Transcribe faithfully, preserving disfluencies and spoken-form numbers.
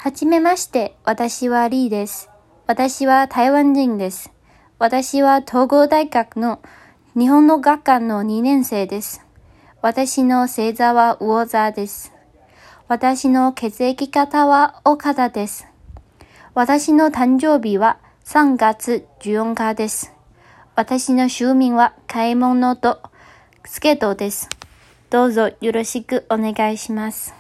はじめまして、私はリーです。私は台湾人です。私は東郷大学の日本の学科のにねん生です。私の星座は魚座です。私の血液型はO型です。私の誕生日はさんがつじゅうよっかです。私の趣味は買い物とスケートです。どうぞよろしくお願いします。